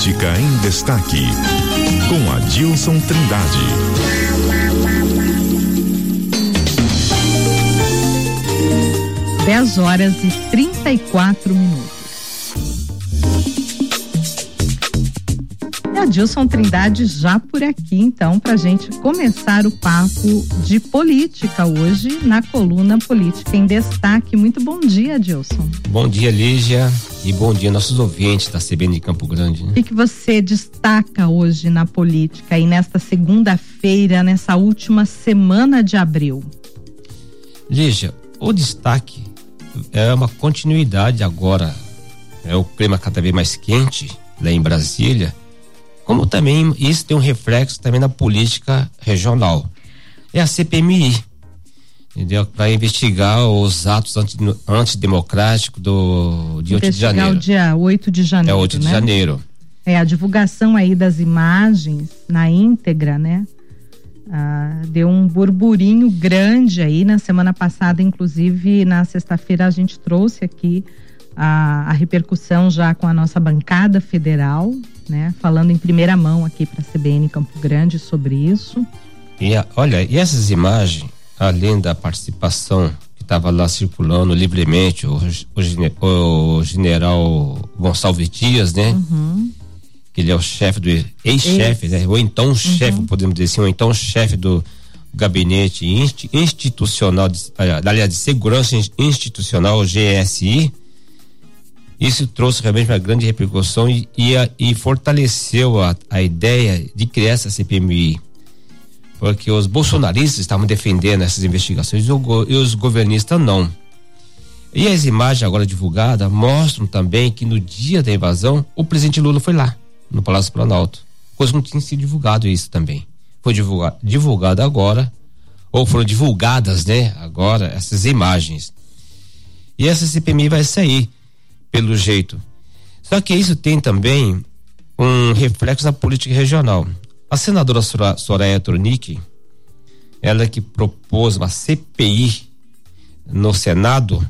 Política em Destaque, com Adilson Trindade. Dez horas e 34 minutos. Adilson Trindade já por aqui, então, pra gente começar o papo de política hoje na coluna Política em Destaque. Muito bom dia, Adilson. Bom dia, Lígia, e bom dia nossos ouvintes da CBN de Campo Grande. Né? O que você destaca hoje na política e nesta segunda-feira, nessa última semana de abril? Lígia, o destaque é uma continuidade agora, o clima cada vez mais quente lá em Brasília, como também isso tem um reflexo também na política regional. É a CPMI, entendeu? Para investigar os atos antidemocráticos de 8 de janeiro. O dia 8 de janeiro. É 8 de janeiro. A divulgação aí das imagens na íntegra, né? Deu um burburinho grande aí na semana passada, inclusive na sexta-feira a gente trouxe aqui a repercussão já com a nossa bancada federal, né? Falando em primeira mão aqui para a CBN Campo Grande sobre isso. E essas imagens, além da participação que estava lá circulando livremente, o general Gonçalves Dias, né? Uhum. Que ele é o chefe do ex-chefe, né? Ou então chefe, podemos dizer assim, ou então chefe do gabinete institucional, aliás, de segurança institucional, o GSI. Isso trouxe realmente uma grande repercussão e fortaleceu a ideia de criar essa CPMI, porque os bolsonaristas estavam defendendo essas investigações e os governistas não. E as imagens agora divulgadas mostram também que no dia da invasão o presidente Lula foi lá no Palácio Planalto, coisa que não tinha sido divulgado isso também. Foi divulgado agora, ou foram divulgadas, né, agora essas imagens. E essa CPMI vai sair pelo jeito. Só que isso tem também um reflexo na política regional. A senadora Soraya Tronic, ela que propôs uma CPI no Senado,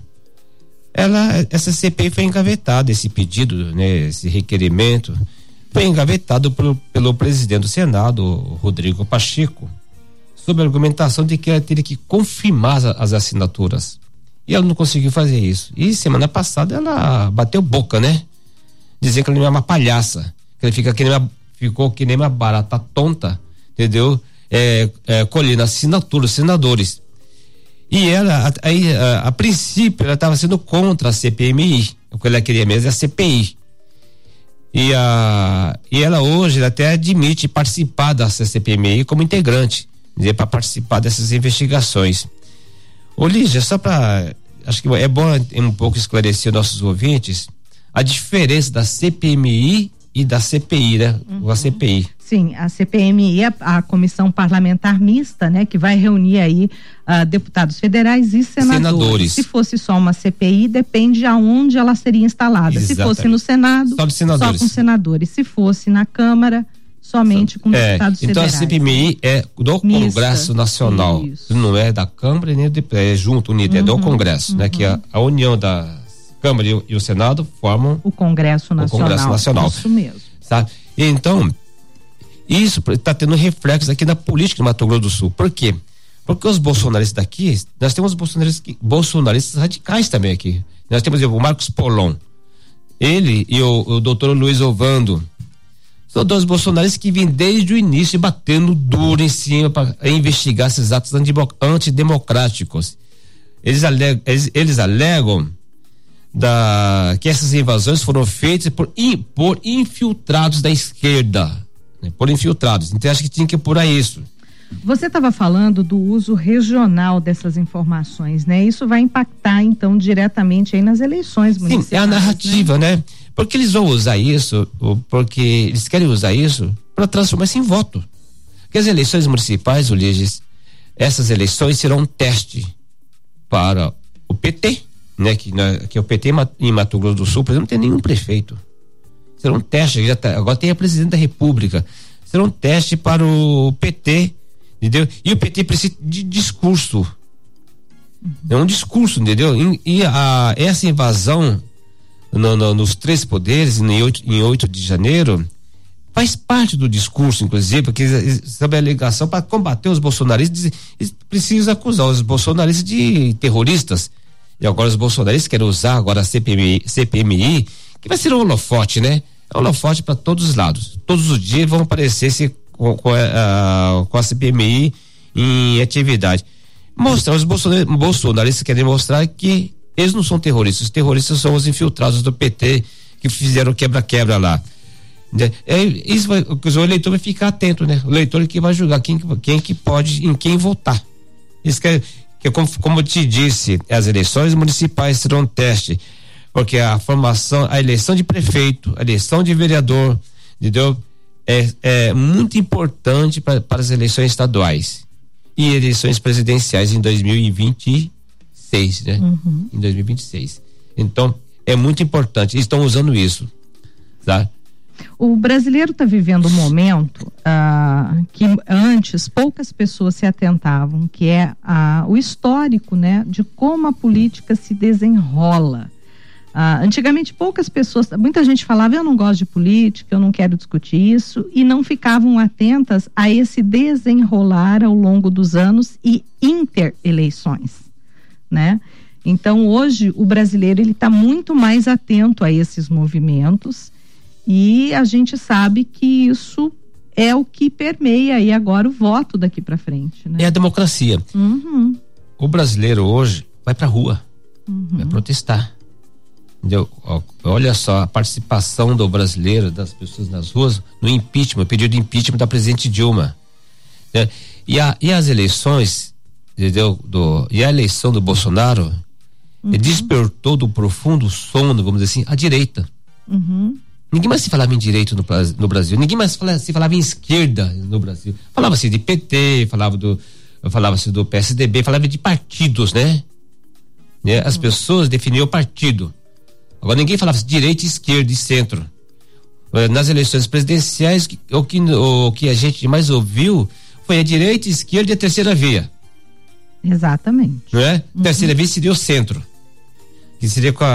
essa CPI foi engavetada, esse pedido, né, esse requerimento foi engavetado pelo presidente do Senado, Rodrigo Pacheco, sob a argumentação de que ela teria que confirmar as assinaturas. E ela não conseguiu fazer isso. E semana passada ela bateu boca, né? Dizendo que ela não é uma palhaça. Que ela ficou que nem uma barata tonta, entendeu? Colhendo assinaturas, senadores. E ela, a princípio, ela estava sendo contra a CPMI. O que ela queria mesmo é a CPI. E ela hoje até admite participar dessa CPMI como integrante, para participar dessas investigações. Ô Lígia, acho que é bom um pouco esclarecer nossos ouvintes a diferença da CPMI e da CPI, né? A CPI. Sim, a CPMI é a Comissão Parlamentar Mista, né? Que vai reunir aí deputados federais e senadores. Se fosse só uma CPI, depende aonde ela seria instalada. Exatamente. Se fosse no Senado, só com senadores. Se fosse na Câmara, somente com deputados federais. Então a CPMI é do Congresso Nacional. Isso. Não é da Câmara, nem é junto, unido, é do Congresso, né? Que a união da Câmara e o Senado formam o Congresso Nacional. Isso mesmo. Sabe? Então, isso está tendo reflexo aqui na política do Mato Grosso do Sul. Por quê? Porque os bolsonaristas daqui, nós temos bolsonaristas radicais também aqui. Nós temos o Marcos Polon, ele e o doutor Luiz Ovando. São dois bolsonaristas que vêm desde o início batendo duro em cima para investigar esses atos antidemocráticos. Eles alegam que essas invasões foram feitas por infiltrados da esquerda, né? Por infiltrados. Então acho que tinha que apurar isso. Você estava falando do uso regional dessas informações, né? Isso vai impactar então diretamente aí nas eleições municipais. Sim, é a narrativa, né? Porque eles vão usar isso, porque eles querem usar isso para transformar isso em voto. Porque as eleições municipais, Ulisses, essas eleições serão um teste para o PT, né? Que o PT em Mato Grosso do Sul, por exemplo, não tem nenhum prefeito. Será um teste, agora tem a presidente da República. Será um teste para o PT, entendeu? E o PT precisa de discurso. É um discurso, entendeu? Essa invasão nos três poderes, em 8 de janeiro, faz parte do discurso, inclusive, porque sabe a ligação para combater os bolsonaristas, precisa acusar os bolsonaristas de terroristas. E agora os bolsonaristas querem usar agora a CPMI, que vai ser um holofote, né? É um holofote para todos os lados. Todos os dias vão aparecer com a CPMI em atividade. Mostrar, os bolsonaristas querem mostrar que eles não são terroristas. Os terroristas são os infiltrados do PT que fizeram quebra-quebra lá. Isso o eleitor vai ficar atento, né? O eleitor que vai julgar quem que pode, em quem votar. Isso que como eu te disse, as eleições municipais serão um teste, porque a eleição de prefeito, a eleição de vereador, entendeu? É muito importante para as eleições estaduais e eleições presidenciais em 2026, né? Em 2026. Então, é muito importante. Eles estão usando isso, tá? O brasileiro está vivendo um momento que antes poucas pessoas se atentavam, que é o histórico, né, de como a política se desenrola. Antigamente muita gente falava, eu não gosto de política, eu não quero discutir isso, e não ficavam atentas a esse desenrolar ao longo dos anos e intereleições, né? Então hoje o brasileiro ele está muito mais atento a esses movimentos. E a gente sabe que isso é o que permeia aí agora o voto daqui para frente, né? É a democracia. O brasileiro hoje vai pra rua, vai protestar, entendeu? Olha só a participação do brasileiro, das pessoas nas ruas, no impeachment, pedido de impeachment da presidente Dilma, né? E as eleições, entendeu? E a eleição do Bolsonaro despertou do profundo sono, vamos dizer assim, a direita. Ninguém mais se falava em direito no Brasil, ninguém mais se falava em esquerda no Brasil. Falava-se de PT, falava-se do PSDB, falava de partidos, né? As pessoas definiam o partido. Agora ninguém falava de direita, esquerda e centro. Nas eleições presidenciais, o que a gente mais ouviu foi a direita, a esquerda e a terceira via. Exatamente. Não é? Terceira via seria o centro. Que seria com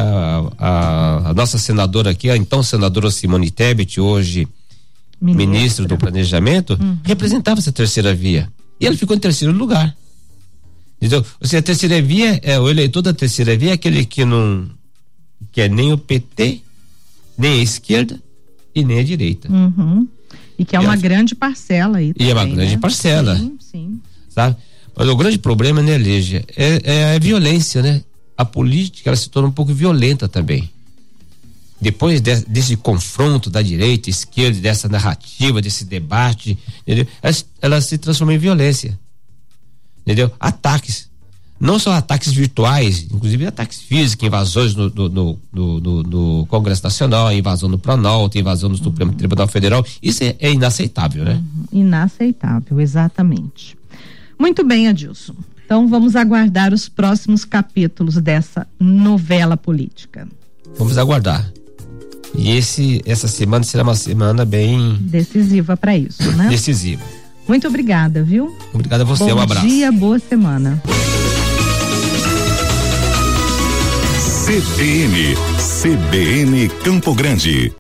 a nossa senadora aqui, a então senadora Simone Tebet, hoje ministro do Planejamento, representava essa terceira via. E ela ficou em terceiro lugar. Então, ou seja, a terceira via, o eleitor da terceira via é aquele que não quer nem o PT, nem a esquerda e nem a direita. E que é uma grande parcela aí também, e é uma grande parcela. Sim. Sabe? Mas o grande problema, né, Lígia, é a violência, né? A política, ela se torna um pouco violenta também. Depois desse confronto da direita, esquerda, dessa narrativa, desse debate, entendeu? Ela se transforma em violência, entendeu? Ataques, não só ataques virtuais, inclusive ataques físicos, invasões no Congresso Nacional, invasão no Planalto, invasão no Supremo Tribunal Federal. Isso é inaceitável, né? Inaceitável, exatamente. Muito bem, Adilson. Então vamos aguardar os próximos capítulos dessa novela política. Vamos aguardar. E essa semana será uma semana bem decisiva para isso, né? Decisiva. Muito obrigada, viu? Obrigado a você, um abraço. Bom dia, boa semana. CBN Campo Grande.